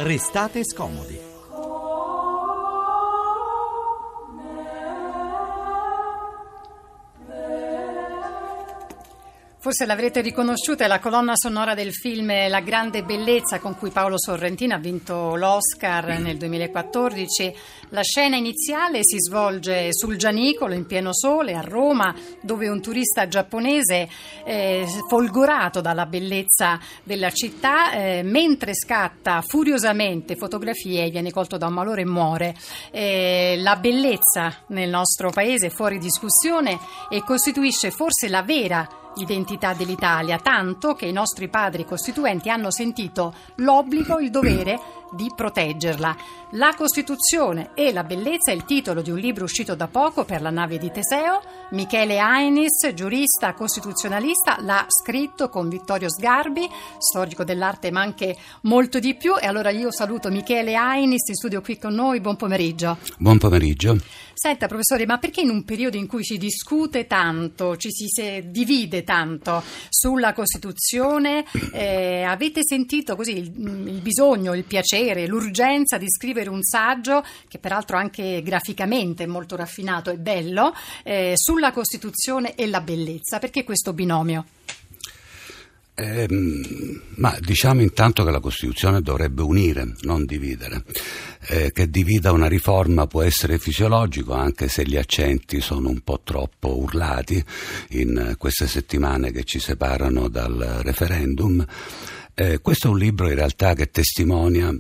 Restate scomodi. Forse l'avrete riconosciuta, è la colonna sonora del film La grande bellezza, con cui Paolo Sorrentino ha vinto l'Oscar nel 2014. La scena iniziale si svolge sul Gianicolo, in pieno sole, a Roma, dove un turista giapponese, folgorato dalla bellezza della città, mentre scatta furiosamente fotografie, viene colto da un malore e muore. La bellezza nel nostro paese è fuori discussione e costituisce forse la vera identità dell'Italia, tanto che i nostri padri costituenti hanno sentito l'obbligo, il dovere di proteggerla. La Costituzione e la bellezza è il titolo di un libro uscito da poco per la nave di Teseo. Michele Ainis, giurista costituzionalista, l'ha scritto con Vittorio Sgarbi, storico dell'arte ma anche molto di più. E allora io saluto Michele Ainis in studio qui con noi. Buon pomeriggio. Buon pomeriggio. Senta professore, ma perché in un periodo in cui si discute tanto, ci si divide tanto sulla Costituzione, avete sentito così il bisogno, il piacere, l'urgenza di scrivere un saggio, che peraltro anche graficamente è molto raffinato e bello, sulla Costituzione e la bellezza? Perché questo binomio? Ma diciamo intanto che la Costituzione dovrebbe unire, non dividere. Che divida una riforma può essere fisiologico, anche se gli accenti sono un po' troppo urlati in queste settimane che ci separano dal referendum. Questo è un libro in realtà che testimonia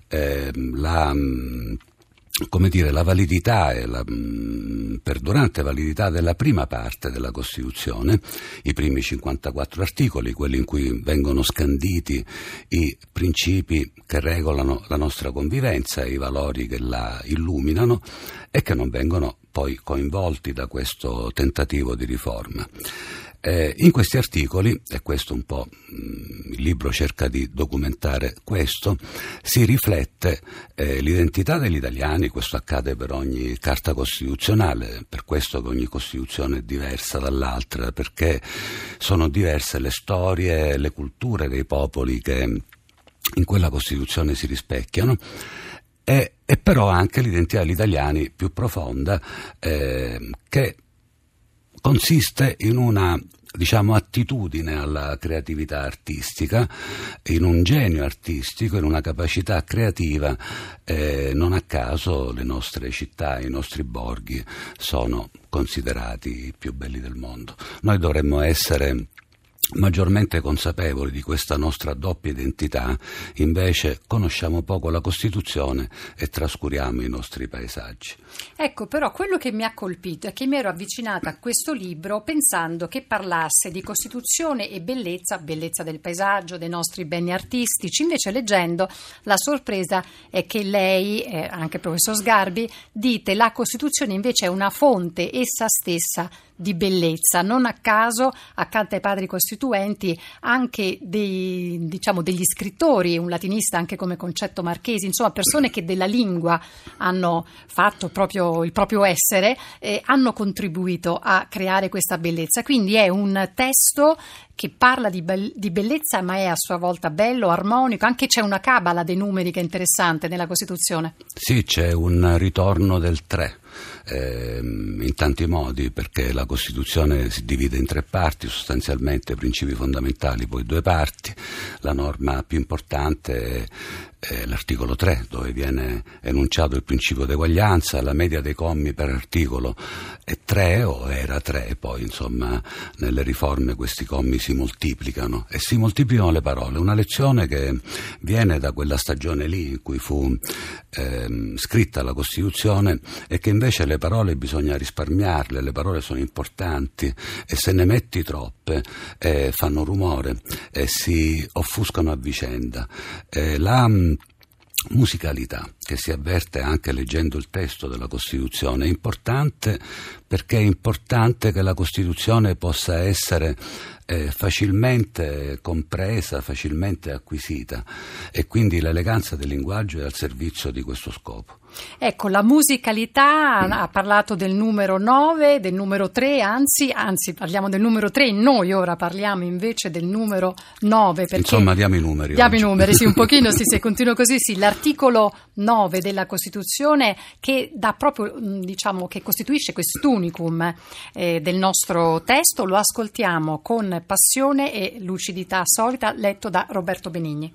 la validità e la perdurante validità della prima parte della Costituzione, i primi 54 articoli, quelli in cui vengono scanditi i principi che regolano la nostra convivenza, i valori che la illuminano e che non vengono poi coinvolti da questo tentativo di riforma. In questi articoli, e questo un po' il libro cerca di documentare questo, si riflette l'identità degli italiani. Questo accade per ogni carta costituzionale, per questo che ogni Costituzione è diversa dall'altra, perché sono diverse le storie, le culture dei popoli che in quella Costituzione si rispecchiano. E però anche l'identità degli italiani più profonda, che consiste in una, attitudine alla creatività artistica, in un genio artistico, in una capacità creativa. Non a caso le nostre città, i nostri borghi sono considerati i più belli del mondo. Noi dovremmo essere maggiormente consapevoli di questa nostra doppia identità, invece conosciamo poco la Costituzione e trascuriamo i nostri paesaggi. Ecco, però quello che mi ha colpito è che mi ero avvicinata a questo libro pensando che parlasse di Costituzione e bellezza del paesaggio, dei nostri beni artistici. Invece, leggendo, la sorpresa è che lei, anche il professor Sgarbi, dite la Costituzione invece è una fonte essa stessa di bellezza. Non a caso, accanto ai padri costituenti, anche degli scrittori, un latinista anche come Concetto Marchesi, insomma persone che della lingua hanno fatto proprio il proprio essere, hanno contribuito a creare questa bellezza. Quindi è un testo che parla di bellezza, ma è a sua volta bello, armonico. Anche c'è una cabala dei numeri che è interessante nella Costituzione. Sì, c'è un ritorno del 3. In tanti modi, perché la Costituzione si divide in 3 parti, sostanzialmente principi fondamentali, poi 2 parti. La norma più importante è l'articolo 3, dove viene enunciato il principio di eguaglianza. La media dei commi per articolo è 3 o era 3, poi nelle riforme questi commi si moltiplicano e si moltiplicano le parole. Una lezione che viene da quella stagione lì in cui fu scritta la Costituzione, e che invece le parole bisogna risparmiarle, le parole sono importanti e se ne metti troppe fanno rumore e si offuscano a vicenda. La musicalità, che si avverte anche leggendo il testo della Costituzione, è importante perché è importante che la Costituzione possa essere facilmente compresa, facilmente acquisita, e quindi l'eleganza del linguaggio è al servizio di questo scopo. Ecco, la musicalità, ha parlato del numero 9, del numero 3, anzi parliamo del numero 3, noi ora parliamo invece del numero 9. Perché insomma, diamo i numeri. Diamo i numeri, sì, un pochino, sì, se continuo così, sì. L'articolo 9 della Costituzione che dà proprio, diciamo, che costituisce quest'unicum del nostro testo, lo ascoltiamo con passione e lucidità solita, letto da Roberto Benigni.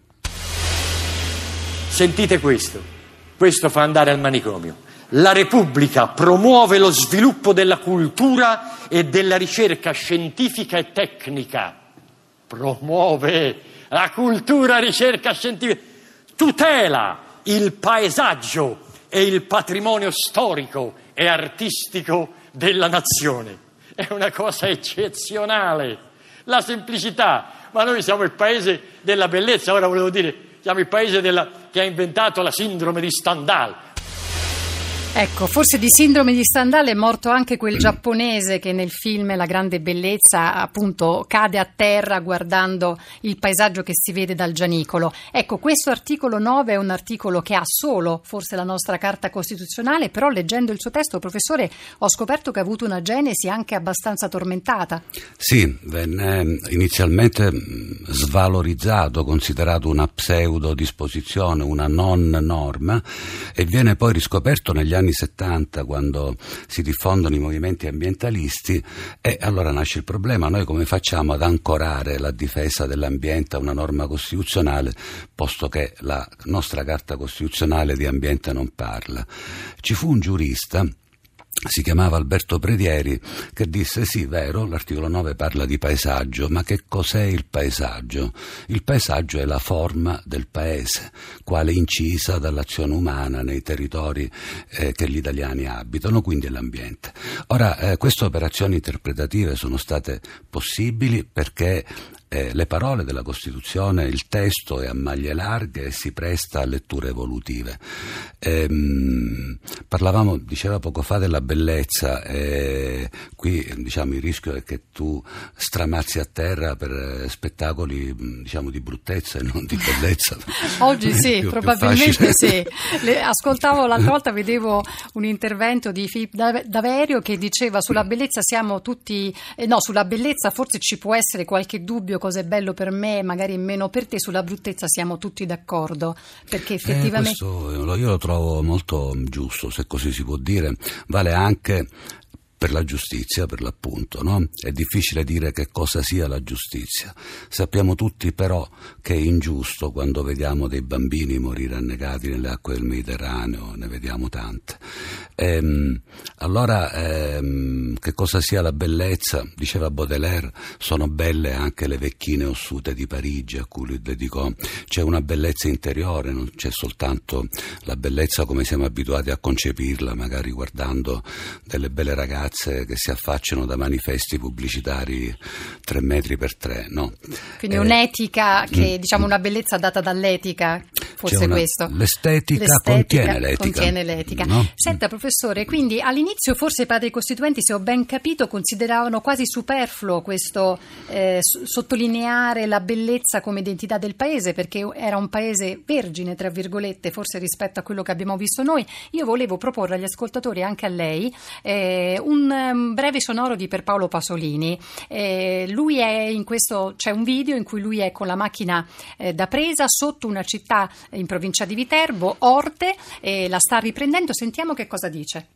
Sentite questo. Questo fa andare al manicomio. La Repubblica promuove lo sviluppo della cultura e della ricerca scientifica e tecnica. Promuove la cultura, ricerca scientifica. Tutela il paesaggio e il patrimonio storico e artistico della nazione. È una cosa eccezionale. La semplicità. Ma noi siamo il paese della bellezza. Ora volevo dire, siamo il paese che ha inventato la sindrome di Stendhal. Ecco, forse di sindrome di Stendhal è morto anche quel giapponese che nel film La grande bellezza appunto cade a terra guardando il paesaggio che si vede dal Gianicolo. Ecco, questo articolo 9 è un articolo che ha solo forse la nostra Carta Costituzionale, però leggendo il suo testo, professore, ho scoperto che ha avuto una genesi anche abbastanza tormentata. Sì, venne inizialmente svalorizzato, considerato una pseudo disposizione, una non norma, e viene poi riscoperto negli anni 70, quando si diffondono i movimenti ambientalisti, e allora nasce il problema: noi come facciamo ad ancorare la difesa dell'ambiente a una norma costituzionale, posto che la nostra Carta Costituzionale di ambiente non parla? Ci fu un giurista, si chiamava Alberto Predieri, che disse: sì, vero, l'articolo 9 parla di paesaggio, ma che cos'è il paesaggio? Il paesaggio è la forma del paese, quale incisa dall'azione umana nei territori che gli italiani abitano, quindi è l'ambiente. Ora, queste operazioni interpretative sono state possibili perché le parole della Costituzione, il testo è a maglie larghe e si presta a letture evolutive. Diceva poco fa della bellezza, qui diciamo il rischio è che tu stramazzi a terra per spettacoli diciamo di bruttezza e non di bellezza. Oggi sì, probabilmente sì. Ascoltavo l'altra volta, vedevo un intervento di Filippo Daverio che diceva: sulla bellezza siamo tutti, sulla bellezza forse ci può essere qualche dubbio, cosa è bello per me magari è meno per te, sulla bruttezza siamo tutti d'accordo, perché effettivamente questo io lo trovo molto giusto, se così si può dire. Vale anche per la giustizia, per l'appunto, no? È difficile dire che cosa sia la giustizia. Sappiamo tutti però che è ingiusto quando vediamo dei bambini morire annegati nelle acque del Mediterraneo, ne vediamo tante. Allora, che cosa sia la bellezza? Diceva Baudelaire, sono belle anche le vecchine ossute di Parigi, a cui lui dedicò. C'è una bellezza interiore, non c'è soltanto la bellezza come siamo abituati a concepirla, magari guardando delle belle ragazze che si affacciano da manifesti pubblicitari 3 metri per 3, no? Quindi un'etica che, diciamo, una bellezza data dall'etica, forse questo. L'estetica contiene l'etica. No? Senta, professore, quindi all'inizio forse i padri costituenti, se ho ben capito, consideravano quasi superfluo questo sottolineare la bellezza come identità del paese, perché era un paese vergine, tra virgolette, forse rispetto a quello che abbiamo visto noi. Io volevo proporre agli ascoltatori, anche a lei, un breve sonoro di Pierpaolo Pasolini. Lui è in questo, c'è un video in cui lui è con la macchina da presa sotto una città in provincia di Viterbo, Orte, la sta riprendendo. Sentiamo che cosa dice.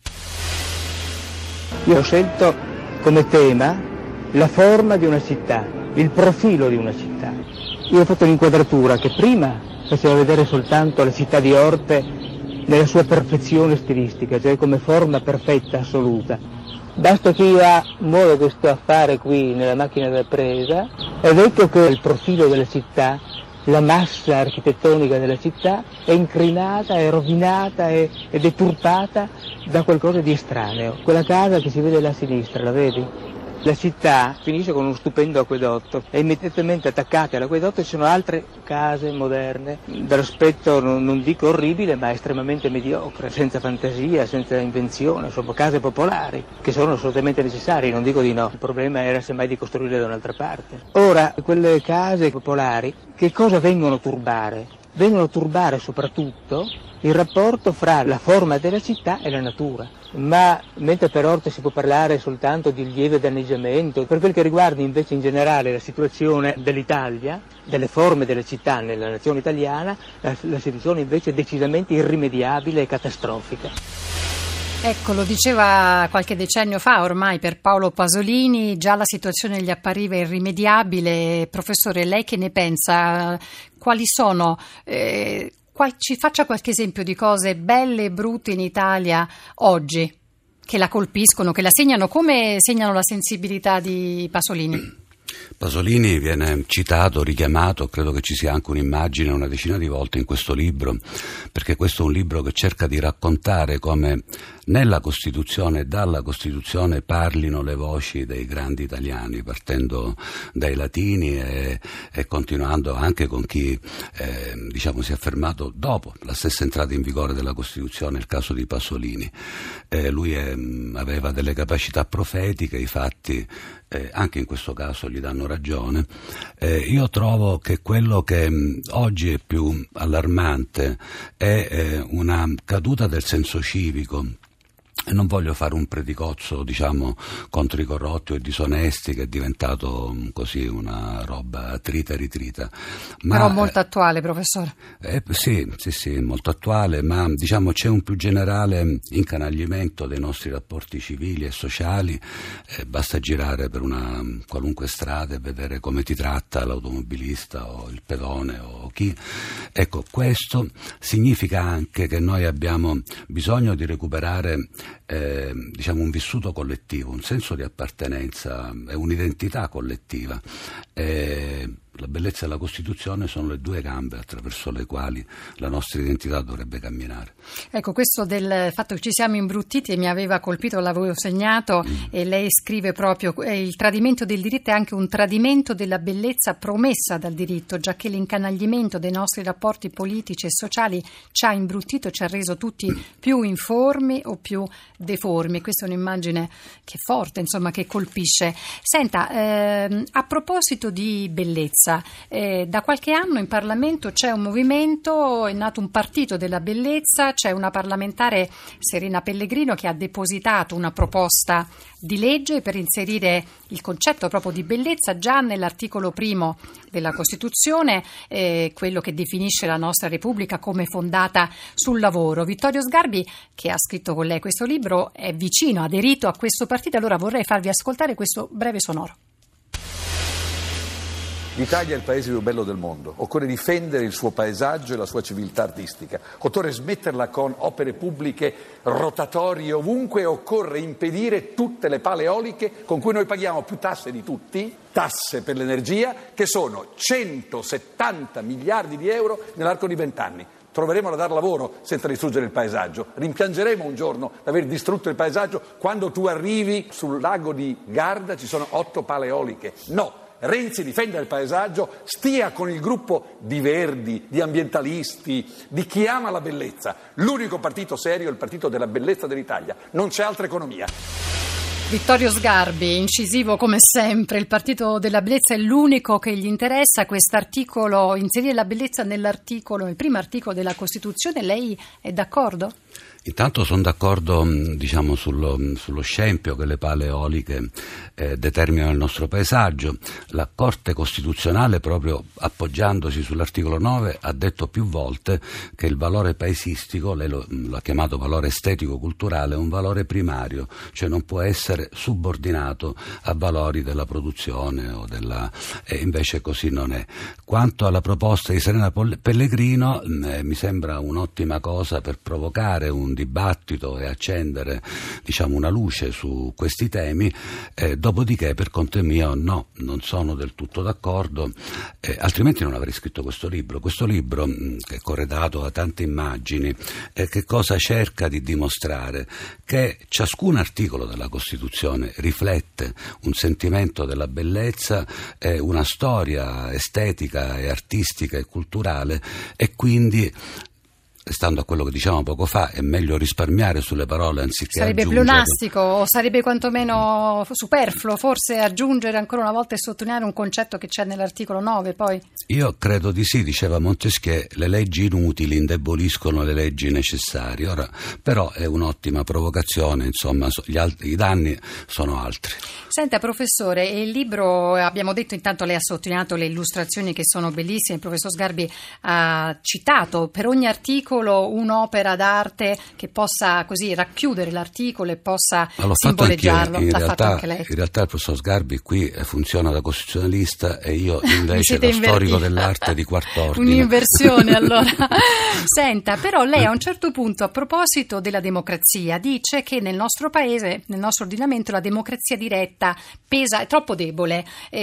Io ho scelto come tema la forma di una città, il profilo di una città. Io ho fatto un'inquadratura che prima faceva vedere soltanto la città di Orte nella sua perfezione stilistica, cioè come forma perfetta, assoluta. Basta che io ha modo che sto a fare qui nella macchina da presa, ed ecco che il profilo della città, la massa architettonica della città è incrinata, è rovinata, è deturpata da qualcosa di estraneo. Quella casa che si vede là a sinistra, la vedi? La città finisce con uno stupendo acquedotto e immediatamente attaccate all'acquedotto ci sono altre case moderne, dall'aspetto non dico orribile ma estremamente mediocre, senza fantasia, senza invenzione, sono case popolari che sono assolutamente necessarie, non dico di no, il problema era semmai di costruire da un'altra parte. Ora, quelle case popolari che cosa vengono a turbare? Vengono a turbare soprattutto il rapporto fra la forma della città e la natura. Ma mentre per Orte si può parlare soltanto di lieve danneggiamento, per quel che riguarda invece in generale la situazione dell'Italia, delle forme della città nella nazione italiana, la situazione invece è decisamente irrimediabile e catastrofica. Ecco, lo diceva qualche decennio fa ormai per Paolo Pasolini, già la situazione gli appariva irrimediabile. Professore, lei che ne pensa? Quali sono... ci faccia qualche esempio di cose belle e brutte in Italia oggi, che la colpiscono, che la segnano, come segnano la sensibilità di Pasolini? Pasolini viene citato, richiamato, credo che ci sia anche un'immagine una decina di volte in questo libro, perché questo è un libro che cerca di raccontare come nella Costituzione e dalla Costituzione parlino le voci dei grandi italiani, partendo dai latini e continuando anche con chi si è affermato dopo la stessa entrata in vigore della Costituzione, il caso di Pasolini. Lui aveva delle capacità profetiche, i fatti anche in questo caso gli danno ragione. Io trovo che quello che oggi è più allarmante è una caduta del senso civico. E non voglio fare un predicozzo, contro i corrotti o i disonesti, che è diventato così una roba trita e ritrita. Però molto attuale, professore. Sì, molto attuale, ma c'è un più generale incanaglimento dei nostri rapporti civili e sociali. Basta girare per una qualunque strada e vedere come ti tratta l'automobilista o il pedone o chi. Ecco, questo significa anche che noi abbiamo bisogno di recuperare un vissuto collettivo, un senso di appartenenza e un'identità collettiva. La bellezza e la Costituzione sono le due gambe attraverso le quali la nostra identità dovrebbe camminare. Ecco, questo del fatto che ci siamo imbruttiti mi aveva colpito, l'avevo segnato, e lei scrive proprio il tradimento del diritto è anche un tradimento della bellezza promessa dal diritto, giacché l'incanaglimento dei nostri rapporti politici e sociali ci ha imbruttito, ci ha reso tutti più informi o più deformi. Questa è un'immagine che è forte, che colpisce. Senta, a proposito di bellezza, da qualche anno in Parlamento c'è un movimento, è nato un partito della bellezza, c'è una parlamentare, Serena Pellegrino, che ha depositato una proposta di legge per inserire il concetto proprio di bellezza già nell'articolo 1 della Costituzione, quello che definisce la nostra Repubblica come fondata sul lavoro. Vittorio Sgarbi, che ha scritto con lei questo libro, è vicino, ha aderito a questo partito, allora vorrei farvi ascoltare questo breve sonoro. L'Italia è il paese più bello del mondo, occorre difendere il suo paesaggio e la sua civiltà artistica, occorre smetterla con opere pubbliche rotatorie ovunque, occorre impedire tutte le pale eoliche con cui noi paghiamo più tasse di tutti, tasse per l'energia, che sono 170 miliardi di euro nell'arco di 20 anni. Troveremo da dar lavoro senza distruggere il paesaggio. Rimpiangeremo un giorno di aver distrutto il paesaggio quando tu arrivi sul lago di Garda, ci sono 8 pale eoliche. No! Renzi difenda il paesaggio, stia con il gruppo di verdi, di ambientalisti, di chi ama la bellezza. L'unico partito serio è il partito della bellezza dell'Italia, non c'è altra economia. Vittorio Sgarbi, incisivo come sempre, il partito della bellezza è l'unico che gli interessa. Quest'articolo, inserire la bellezza nel primo articolo della Costituzione, lei è d'accordo? Intanto sono d'accordo sullo scempio che le pale eoliche determinano il nostro paesaggio. La Corte Costituzionale, proprio appoggiandosi sull'articolo 9, ha detto più volte che il valore paesistico, lei lo ha chiamato valore estetico-culturale, è un valore primario, cioè non può essere subordinato a valori della produzione e invece così non è. Quanto alla proposta di Serena Pellegrino, mi sembra un'ottima cosa per provocare un dibattito e accendere, diciamo, una luce su questi temi. Dopodiché, per conto mio, no, non sono del tutto d'accordo, altrimenti non avrei scritto questo libro. Questo libro, che è corredato da tante immagini, che cosa cerca di dimostrare? Che ciascun articolo della Costituzione riflette un sentimento della bellezza, una storia estetica e artistica e culturale, e quindi, stando a quello che dicevamo poco fa, è meglio risparmiare sulle parole anziché sarebbe aggiungere. pleonastico, o sarebbe quantomeno superfluo forse aggiungere ancora una volta e sottolineare un concetto che c'è nell'articolo 9 poi? Io credo di sì, diceva Montesquieu, le leggi inutili indeboliscono le leggi necessarie. Ora, però è un'ottima provocazione, insomma, i danni sono altri. Senta professore, il libro, abbiamo detto, intanto lei ha sottolineato le illustrazioni che sono bellissime, il professor Sgarbi ha citato per ogni articolo un'opera d'arte che possa così racchiudere l'articolo e possa simboleggiarlo. In realtà il professor Sgarbi qui funziona da costituzionalista e io invece da storico dell'arte di quart'ordine. Un'inversione allora. Senta, però lei a un certo punto, a proposito della democrazia, dice che nel nostro paese, nel nostro ordinamento, la democrazia diretta pesa, è troppo debole,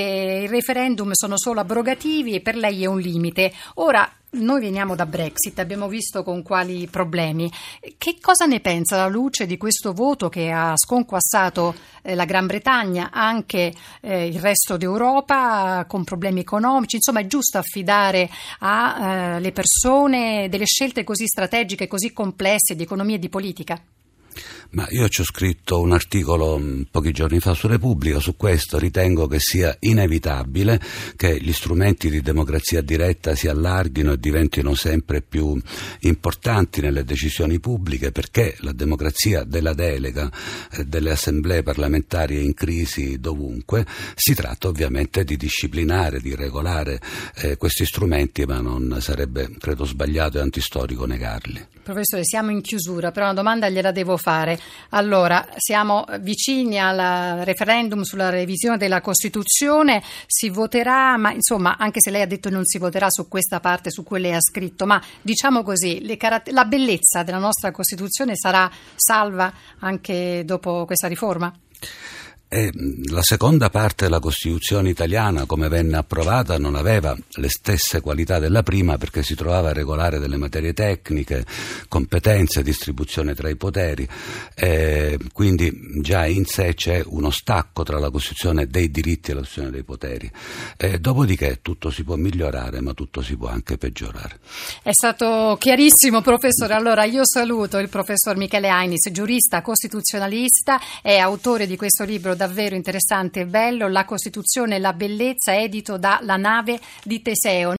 i referendum sono solo abrogativi e per lei è un limite. Ora, noi veniamo da Brexit, abbiamo visto con quali problemi. Che cosa ne pensa alla luce di questo voto che ha sconquassato la Gran Bretagna, anche il resto d'Europa, con problemi economici? Insomma, è giusto affidare alle persone delle scelte così strategiche, così complesse di economia e di politica? Ma io ci ho scritto un articolo pochi giorni fa su Repubblica su questo. Ritengo che sia inevitabile che gli strumenti di democrazia diretta si allarghino e diventino sempre più importanti nelle decisioni pubbliche, perché la democrazia della delega, delle assemblee parlamentari è in crisi dovunque. Si tratta ovviamente di disciplinare, di regolare questi strumenti, ma non sarebbe, credo, sbagliato e antistorico negarli. Professore, siamo in chiusura, però una domanda gliela devo fare. Allora, siamo vicini al referendum sulla revisione della Costituzione, si voterà, ma insomma, anche se lei ha detto non si voterà su questa parte su cui lei ha scritto, ma diciamo così, la bellezza della nostra Costituzione sarà salva anche dopo questa riforma? La seconda parte della Costituzione italiana, come venne approvata, non aveva le stesse qualità della prima, perché si trovava a regolare delle materie tecniche, competenze, distribuzione tra i poteri, quindi già in sé c'è uno stacco tra la Costituzione dei diritti e la Costituzione dei poteri. Dopodiché tutto si può migliorare, ma tutto si può anche peggiorare. È stato chiarissimo, professore. Allora io saluto il professor Michele Ainis, giurista costituzionalista, è autore di questo libro davvero interessante e bello, La Costituzione e la bellezza, edito da La Nave di Teseo.